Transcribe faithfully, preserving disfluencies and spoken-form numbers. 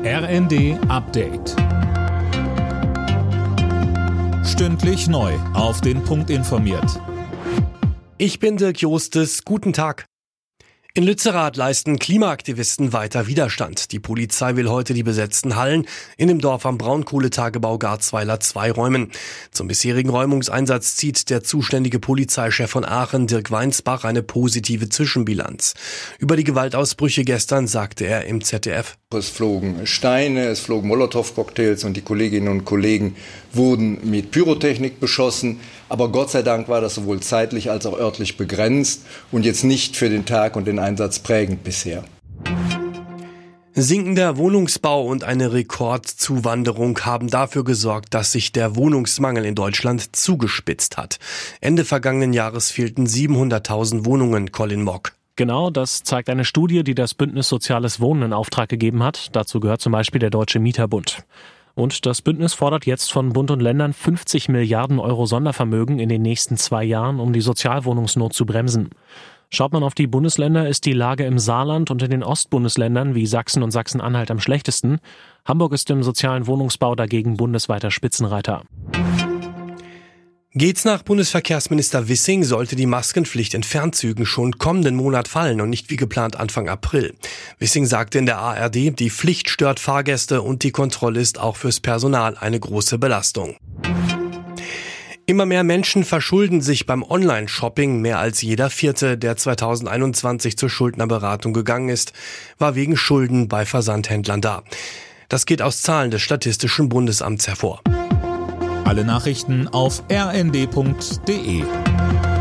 R N D Update. Stündlich neu auf den Punkt informiert. Ich bin Dirk Jostes. Guten Tag. In Lützerath leisten Klimaaktivisten weiter Widerstand. Die Polizei will heute die besetzten Hallen in dem Dorf am Braunkohletagebau Garzweiler zwei räumen. Zum bisherigen Räumungseinsatz zieht der zuständige Polizeichef von Aachen, Dirk Weinsbach, eine positive Zwischenbilanz. Über die Gewaltausbrüche gestern sagte er im Z D F. Es flogen Steine, es flogen Molotow-Cocktails und die Kolleginnen und Kollegen wurden mit Pyrotechnik beschossen. Aber Gott sei Dank war das sowohl zeitlich als auch örtlich begrenzt und jetzt nicht für den Tag und den Einsatz prägend bisher. Sinkender Wohnungsbau und eine Rekordzuwanderung haben dafür gesorgt, dass sich der Wohnungsmangel in Deutschland zugespitzt hat. Ende vergangenen Jahres fehlten siebenhunderttausend Wohnungen, Colin Mock. Genau, das zeigt eine Studie, die das Bündnis Soziales Wohnen in Auftrag gegeben hat. Dazu gehört zum Beispiel der Deutsche Mieterbund. Und das Bündnis fordert jetzt von Bund und Ländern fünfzig Milliarden Euro Sondervermögen in den nächsten zwei Jahren, um die Sozialwohnungsnot zu bremsen. Schaut man auf die Bundesländer, ist die Lage im Saarland und in den Ostbundesländern wie Sachsen und Sachsen-Anhalt am schlechtesten. Hamburg ist im sozialen Wohnungsbau dagegen bundesweiter Spitzenreiter. Geht's nach Bundesverkehrsminister Wissing, sollte die Maskenpflicht in Fernzügen schon kommenden Monat fallen und nicht wie geplant Anfang April. Wissing sagte in der A R D, die Pflicht stört Fahrgäste und die Kontrolle ist auch fürs Personal eine große Belastung. Immer mehr Menschen verschulden sich beim Online-Shopping. Mehr als jeder Vierte, der zweitausendeinundzwanzig zur Schuldnerberatung gegangen ist, war wegen Schulden bei Versandhändlern da. Das geht aus Zahlen des Statistischen Bundesamts hervor. Alle Nachrichten auf r n d punkt d e.